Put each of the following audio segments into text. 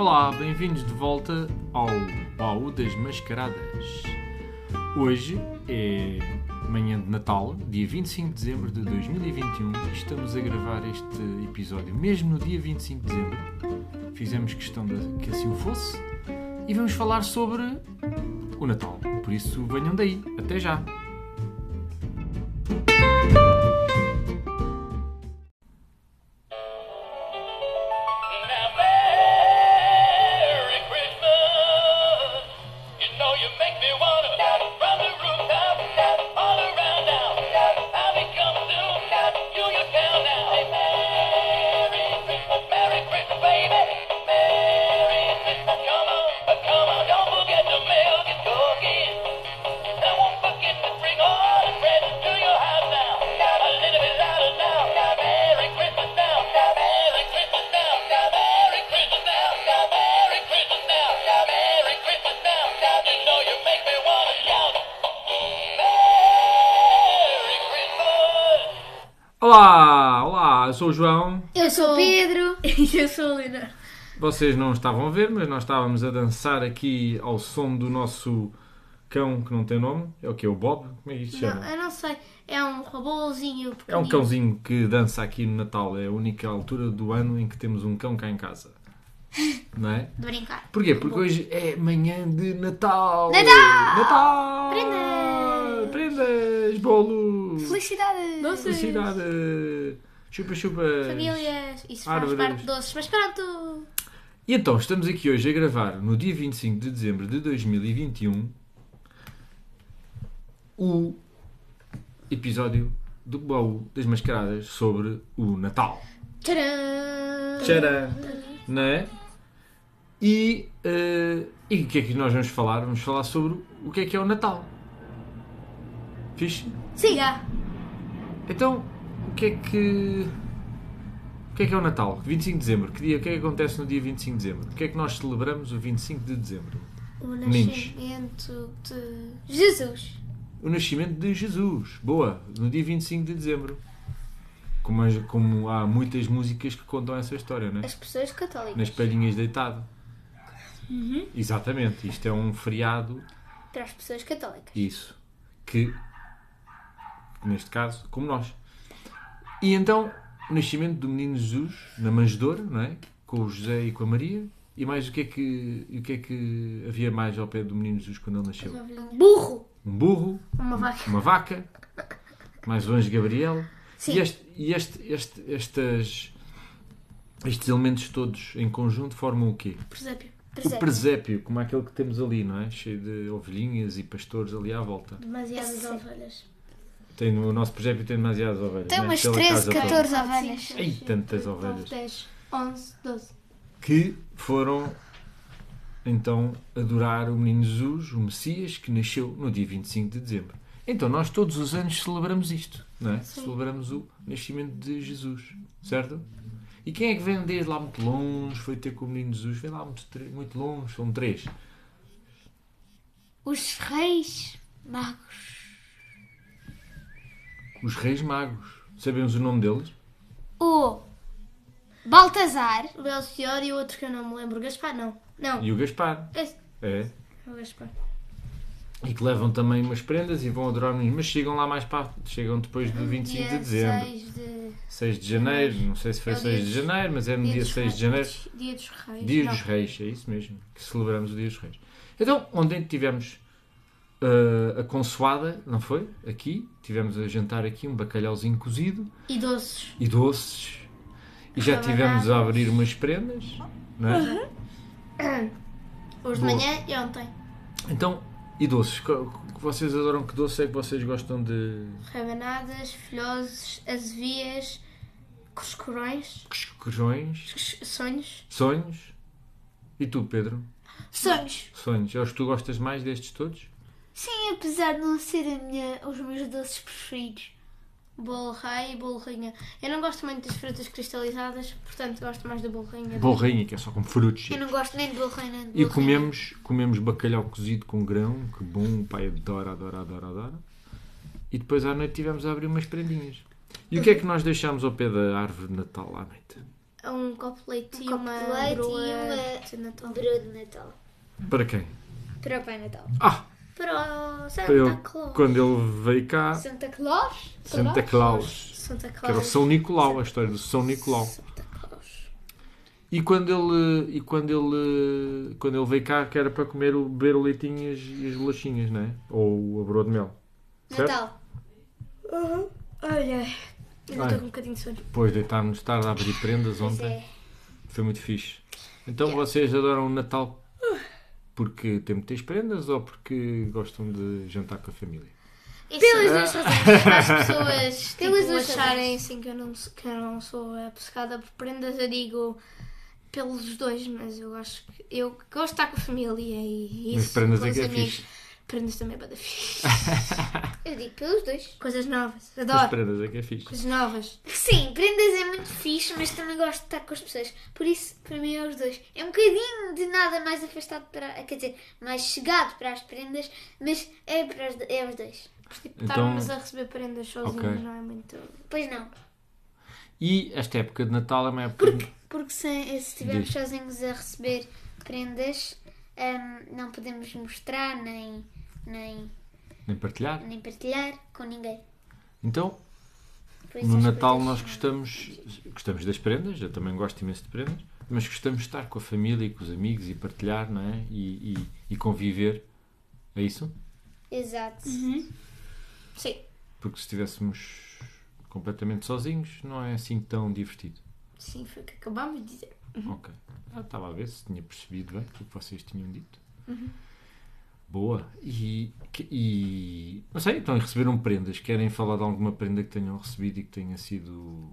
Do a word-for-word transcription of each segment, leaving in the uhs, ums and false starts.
Olá, bem-vindos de volta ao Baú das Mascaradas. Hoje é manhã de Natal, dia vinte e cinco de dezembro de dois mil e vinte e um. Estamos a gravar este episódio mesmo no dia vinte e cinco de dezembro. Fizemos questão de que assim o fosse. E vamos falar sobre o Natal. Por isso, venham daí. Até já! Olá, olá, eu sou o João. Eu sou o Pedro. E eu sou a Lina. Vocês não estavam a ver, mas nós estávamos a dançar aqui ao som do nosso cão que não tem nome. É o que? O Bob? Como é que isto se chama? Não, eu não sei. É um robôzinho pequenino. É um cãozinho que dança aqui no Natal. É a única altura do ano em que temos um cão cá em casa. Não é? De brincar. Porquê? Porque hoje é manhã de Natal. Natal! Natal! Prendas! Prendas! Bolo! Felicidades! Doces! Felicidade! Chupa, chupa! Famílias. Isso faz Árvores. parte de doces. Mas pronto. E então, estamos aqui hoje a gravar, no dia vinte e cinco de dezembro de dois mil e vinte e um, o episódio do Baú das Mascaradas sobre o Natal. Tcharam! Tcharam! Não é? E, eh, e o que é que nós vamos falar? Vamos falar sobre o que é que é o Natal. Fixe? Siga! Então, o que é que... O que é que é o Natal? vinte e cinco de dezembro. Que dia, o que é que acontece no dia vinte e cinco de dezembro? O que é que nós celebramos o vinte e cinco de dezembro? O Meninos. nascimento de Jesus. O nascimento de Jesus. Boa. No dia vinte e cinco de dezembro. Como, as- como há muitas músicas que contam essa história, não é? As pessoas católicas. Nas palhinhas deitado. Uhum. Exatamente. Isto é um feriado. Para as pessoas católicas. Isso. Que, neste caso, como nós. E então, o nascimento do menino Jesus, na manjedoura, não é? Com o José e com a Maria. E mais o que é que, e o que, é que havia mais ao pé do menino Jesus quando ele nasceu? Burro. Um burro, Uma vaca. uma vaca, mais o anjo Gabriel. Sim. E, este, e este, este, estas, estes elementos todos em conjunto formam o quê? Presépio. O presépio, como aquele que temos ali, não é? Cheio de ovelhinhas e pastores ali à volta. Demasiadas Sim. ovelhas. Tem, o nosso presépio tem demasiadas ovelhas. Tem não é? umas Pela treze, casa toda. catorze ovelhas. Ei, tantas ovelhas. dez, onze, doze. Que foram, então, adorar o menino Jesus, o Messias, que nasceu no dia vinte e cinco de dezembro. Então, nós todos os anos celebramos isto, não é? Sim. Celebramos o nascimento de Jesus, certo? E quem é que vem desde lá muito longe, foi ter com o menino Jesus? Vem lá muito, tre- muito longe, são três. Os reis magos. Os Reis Magos. Sabemos o nome deles? O Baltazar. O Belchior e o outro que eu não me lembro. Gaspar, não. Não. E o Gaspar. Esse É. é o Gaspar. E que levam também umas prendas e vão adorar o menino. Mas chegam lá mais para... Chegam depois do vinte e cinco de Dia dezembro. seis de... seis de janeiro. Não sei se foi É o seis dia de dos- janeiro, mas é no dia dos seis de reis. janeiro. Dia dos Reis. Dia Não. dos Reis, é isso mesmo. Que celebramos o Dia dos Reis. Então, ontem tivemos uh, a consoada, não foi? Aqui. Tivemos a jantar aqui um bacalhauzinho cozido E doces. e doces. E já tivemos a abrir umas prendas, não é? Hoje de Boa. manhã e ontem. Então, e doces? Co- que vocês adoram? Que doce é que vocês gostam de... Rabanadas, filhoses, azevias, coscorões, Coscorões, cos- sonhos. sonhos? E tu, Pedro? Sonhos. Sonhos. É os que tu gostas mais destes todos? Sim, apesar de não serem minha, os meus doces preferidos. Bolo rei e bolo rainha. Eu não gosto muito das frutas cristalizadas, portanto gosto mais do bolo rainha. Bolo rainha, que é só com frutos. Eu não gosto nem de bolo rei nem de E bolo comemos, comemos bacalhau cozido com grão, que bom, o pai adora, adora, adora, adora. E depois à noite tivemos a abrir umas prendinhas. E o que é que nós deixámos ao pé da árvore de Natal à noite? Um copo de leite Um e copo uma de leite broa e uma de Natal. broa de Natal. Para quem? Para o Pai Natal. Ah, Para o Santa para ele, Claus. quando ele veio cá, Santa Claus? Santa Claus. Santa Que era o Claus. São Nicolau, a história do São Nicolau. Santa Claus. E quando ele, e quando ele, quando ele veio cá, que era para comer, o, beber o leitinho e as, e as bolachinhas, não é? Ou a broa de mel. Certo? Natal. Uhum. Olha, ainda Ai. estou com um bocadinho de sono. Depois deitámos tarde a abrir prendas Pois ontem. é. Foi muito fixe. Então Yeah. vocês adoram o Natal porque têm muitas prendas ou porque gostam de jantar com a família? Isso Pelas é duas razões. para as pessoas Pelas tipo, duas acharem assim que eu, não, que eu não sou obcecada por prendas, eu digo pelos dois, mas eu acho que eu gosto de estar com a família e isso. Mas prendas com é os que é amigos. fixe. Prendas também é bada fixe. Eu digo pelos dois. Coisas novas, As adoro. prendas é que é fixe. Coisas novas. Sim, prendas é muito fixe, mas também gosto de estar com as pessoas. Por isso, para mim, é os dois. É um bocadinho de nada mais afastado para. Quer dizer, mais chegado para as prendas, mas é, para os, é os dois. Tipo, Então- estarmos a receber prendas sozinhos Ok. não é muito. Pois não. E esta época de Natal é uma época... de- Porque se, se estivermos Diz. sozinhos a receber prendas, hum, não podemos mostrar nem, nem, Nem partilhar. nem partilhar com ninguém. Então, Por isso no as Natal prendas nós são- gostamos, gostamos das prendas, eu também gosto imenso de prendas, mas gostamos de estar com a família e com os amigos e partilhar, não é? E, e, e conviver. É isso? Exato. Sim. Porque se estivéssemos completamente sozinhos, não é assim tão divertido. Sim, foi o que acabámos de dizer. Ok. Ah, estava a ver se tinha percebido bem o que vocês tinham dito. Boa. E, que- e não sei, estão a receber um prendas. Querem falar de alguma prenda que tenham recebido e que tenha sido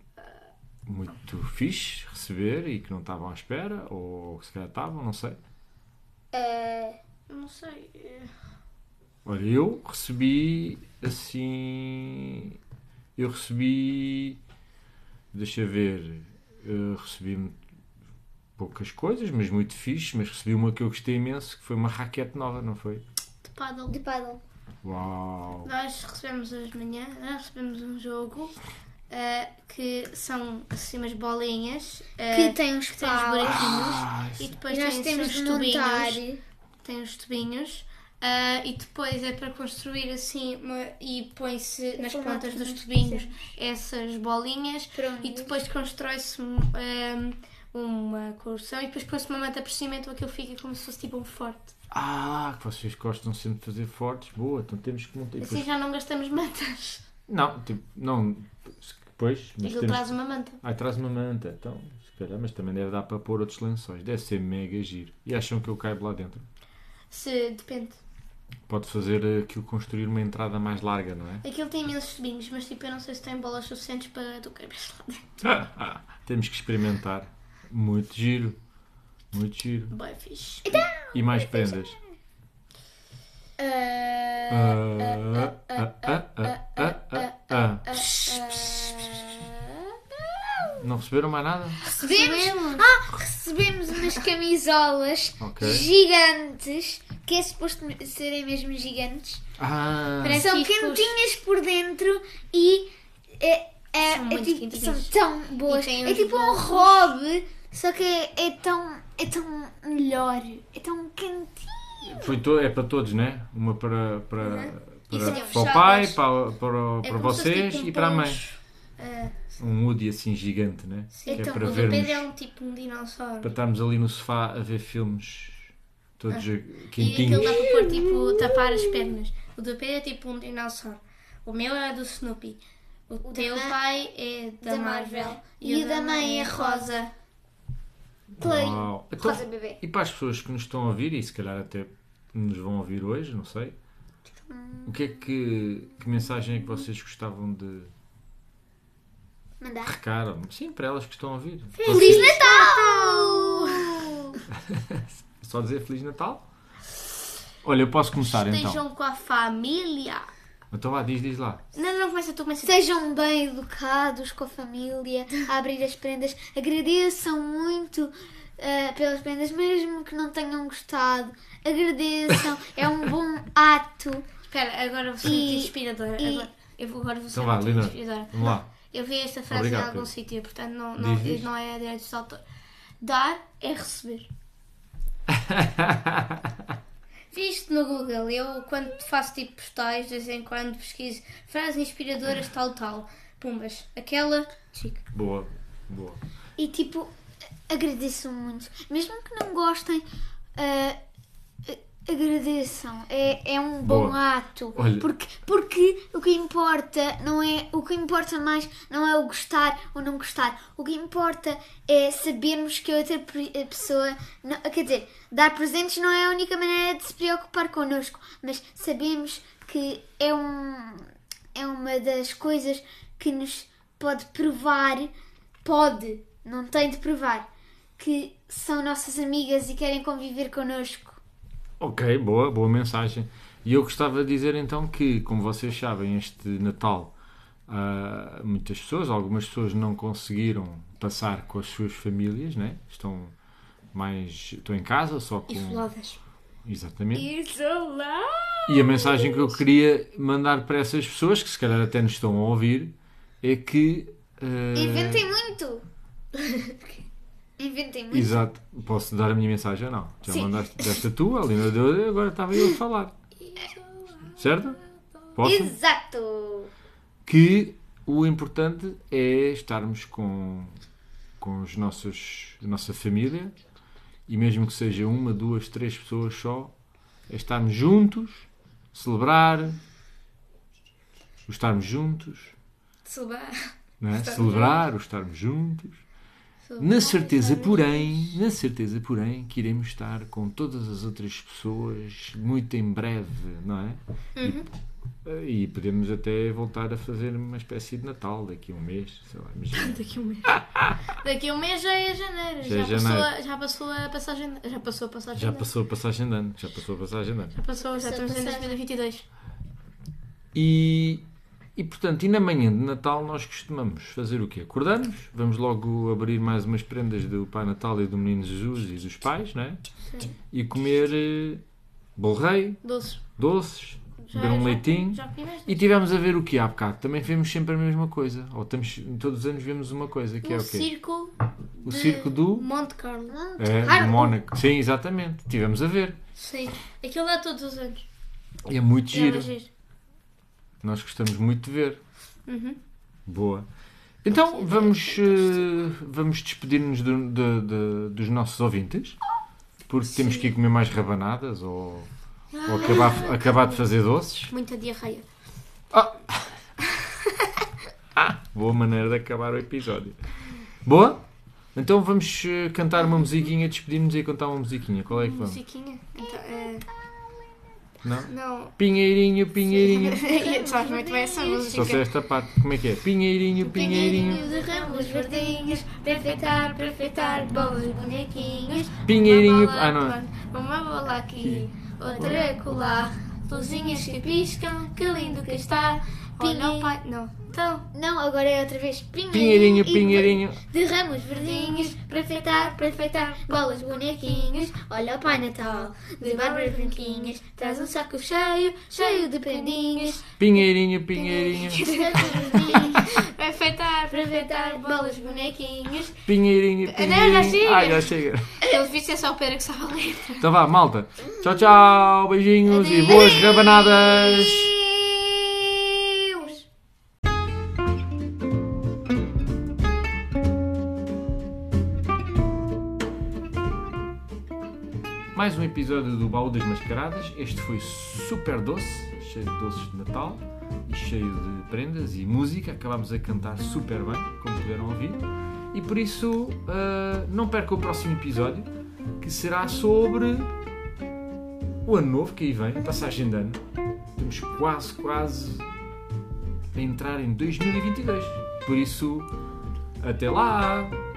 muito fixe receber e que não estavam à espera? Ou que se calhar estavam, não sei. Eh, Não sei. eh, Olha, eu recebi assim. Eu recebi. Deixa ver. Eu recebi poucas coisas, mas muito fixe. Mas recebi uma que eu gostei imenso, que foi uma raquete nova, não foi? De paddle. de paddle. Uau! Nós recebemos hoje de manhã, nós recebemos um jogo eh, que são assim umas bolinhas eh, Que tem uns que têm os paus. buraquinhos Ah, e isso- depois E nós tem temos os de montar. tubinhos. Tem os tubinhos. ah, e depois é para construir assim uma- e põe-se nas formato pontas que dos nós tubinhos quisermos. essas bolinhas Pronto. e depois constrói-se ah, uma construção e depois põe-se uma manta por cima, então aquilo fica como se fosse tipo um forte. Ah, que vocês gostam sempre de fazer fortes. Boa, então temos que montar. E Assim depois- já não gastamos mantas. Não, tipo, não. Depois. Mas Aquilo temos... traz uma manta. Ah, traz uma manta. Então, se calhar, mas também deve dar para pôr outros lençóis. Deve ser mega giro. E acham que eu caibo lá dentro? Se depende. Pode fazer aquilo construir uma entrada mais larga, não é? Aquilo tem imensos tubinhos, mas tipo eu não sei se tem bolas suficientes para tu caberes lá dentro. Temos que experimentar. Muito giro. Muito giro. Boa, fixe. E mais prendas. Eh, Ah, ah, ah, ah, ah, ah, ah. Não receberam mais nada? recebemos, ah, recebemos umas camisolas Ok. gigantes, que é suposto serem mesmo gigantes. Ah, Parece- São Quentinhos. quentinhas por dentro e é, é, São é muito tipo, quentinhas. são tão boas. E têm É uns tipo um bolsos. hobby, só que é, é tão, é tão melhor, é tão quentinho. foi to- é para todos, né? Uma para, para, E para, são para o fechadas. pai, para, para, É para como se fosse vocês tipo um e para a mãe. poncho. Ah, Um Woody assim gigante, né? sim. Que Então, é para O do vermos, Pedro é um tipo um dinossauro. para estarmos ali no sofá a ver filmes todos Ah. E aquilo quentinhos. dá para pôr tipo tapar as pernas. O do Pedro é tipo um dinossauro. O meu é do Snoopy. O, da teu mãe- pai é da, da Marvel. Marvel. E o da mãe é rosa. Play. Uau. Então, Rosa bebê. e para as pessoas que nos estão a ouvir, e se calhar até nos vão ouvir hoje, não sei, o que é que, que mensagem é que vocês gostavam de Mandar. recar? Sim, para elas que estão a ouvir. Feliz Natal! Só dizer Feliz Natal? Olha, eu posso começar então. Estejam com a família. Então vá, diz, diz lá. Não, não, começa tu, começa tu. Sejam bem educados com a família, a abrir as prendas. Agradeçam muito ah, pelas prendas, mesmo que não tenham gostado. Agradeçam, é um bom ato. Espera, agora vou ser E- muito inspiradora. e- Agora, eu vou, agora vou ser Então vá, muito Lina, inspiradora. vamos lá. Eu vi esta frase Obrigado, em algum Pedro. sítio, portanto não, não, Diz, diz. não é direitos de autor. Dar é receber. Vi isto no Google. Eu, quando faço tipo postais, de vez em quando pesquiso frases inspiradoras, tal, tal. Pumbas. Aquela, chique. Boa, boa. E tipo, agradeço muito. Mesmo que não gostem, ah, agradeçam. É, é um bom Boa. ato. Olha. Porque, porque o que importa não é. O que importa mais não é o gostar ou não gostar. O que importa é sabermos que a outra pe- pessoa. Não, quer dizer, dar presentes não é a única maneira de se preocupar connosco. Mas sabemos que é, um, é uma das coisas que nos pode provar. Pode, não tem de provar, que são nossas amigas e querem conviver connosco. Ok, boa, boa mensagem. E eu gostava de dizer então que, como vocês sabem, este Natal ah, muitas pessoas, algumas pessoas não conseguiram passar com as suas famílias, né? Estão mais. Estão em casa só com. Isoladas. Exatamente. Isoladas. E a mensagem que eu queria mandar para essas pessoas, que se calhar até nos estão a ouvir, é que. ah, Inventem muito! Inventem muito. Exato. Posso dar a minha mensagem ou não? Já Sim. mandaste desta tua, a Lina deu, agora estava eu a falar. Certo? Posso? Exato! Que o importante é estarmos com, com os nossos, a nossa família, e mesmo que seja uma, duas, três pessoas só, é estarmos juntos, celebrar, o estarmos juntos, Celebrar. não é? Estar Celebrar o estarmos juntos. Na certeza, porém, na certeza, porém, que iremos estar com todas as outras pessoas muito em breve, não é? E, e podemos até voltar a fazer uma espécie de Natal daqui a um mês, sei lá, imagina. Daqui a um mês. Daqui a um mês já é janeiro. Já é passou, janeiro. a- já passou a passagem. Já passou a passagem. Já de- passou a passagem de ano, já passou a passagem de ano. Já passou, já Passou a estamos em passagem. dois mil e vinte e dois. E, e, portanto, e na manhã de Natal nós costumamos fazer o quê? Acordamos, vamos logo abrir mais umas prendas do Pai Natal e do Menino Jesus e dos pais, não é? E comer eh, bolo rei, Doces. doces, Já- beber um já- leitinho. Já comemos? E tivemos a ver o que há bocado. Também vemos sempre a mesma coisa. Ou estamos, todos os anos vemos uma coisa, que é O o quê? circo. O de circo do... Monte Carlo. É, Carlo. do Mónaco. Sim, exatamente. Tivemos a ver. Sim. Aquilo dá todos os anos. É muito Já giro. vai giro. Nós gostamos muito de ver. Uhum. Boa. Então vamos, eh, vamos despedir-nos do- de- de- dos nossos ouvintes. Porque temos que ir comer mais rabanadas ou, ou acabar, acabar de fazer doces. Muita diarreia. Ah. Ah, boa maneira de acabar o episódio. Boa? Então vamos eh, cantar uma musiquinha, despedir-nos e cantar uma musiquinha. Qual é que vamos? Musiquinha. Então, é... Não? Não. Pinheirinho, pinheirinho. Sabes muito bem essa música. Só sei esta parte. Como é que é? Pinheirinho, pinheirinho. de ramos verdinhos, para enfeitar, para enfeitar, bolas, bonequinhos. Pinheirinho. Uma bola Ah, não. acolá, uma bola aqui, outra acolá. Luzinhas que piscam, que lindo que está. Olha o pai. Não. Então. Não, agora é outra vez. Pinheirinho, e- pinheirinho. De ramos verdinhos, para enfeitar, para enfeitar, bolas, bonequinhos. Olha o Pai Natal, de barbas branquinhas, traz um saco cheio, cheio de prendinhas. Pinheirinho, pinheirinho. De ramos verdinhos, Para enfeitar, para enfeitar, bolas, bonequinhos. Pinheirinho, já pinheirinho. chega. Ah, já chega. Pelo visto é só o Pedro que sabe a letra. Então vá, malta. Tchau, tchau. Beijinhos e boas rabanadas. Adeus! Mais um episódio do Baú das Mascaradas. Este foi super doce, cheio de doces de Natal e cheio de prendas e música. Acabámos a cantar super bem, como puderam ouvir. E por isso, ah, não perca o próximo episódio, que será sobre o ano novo que aí vem, passagem de ano. Estamos quase, quase a entrar em dois mil e vinte e dois. Por isso, até lá!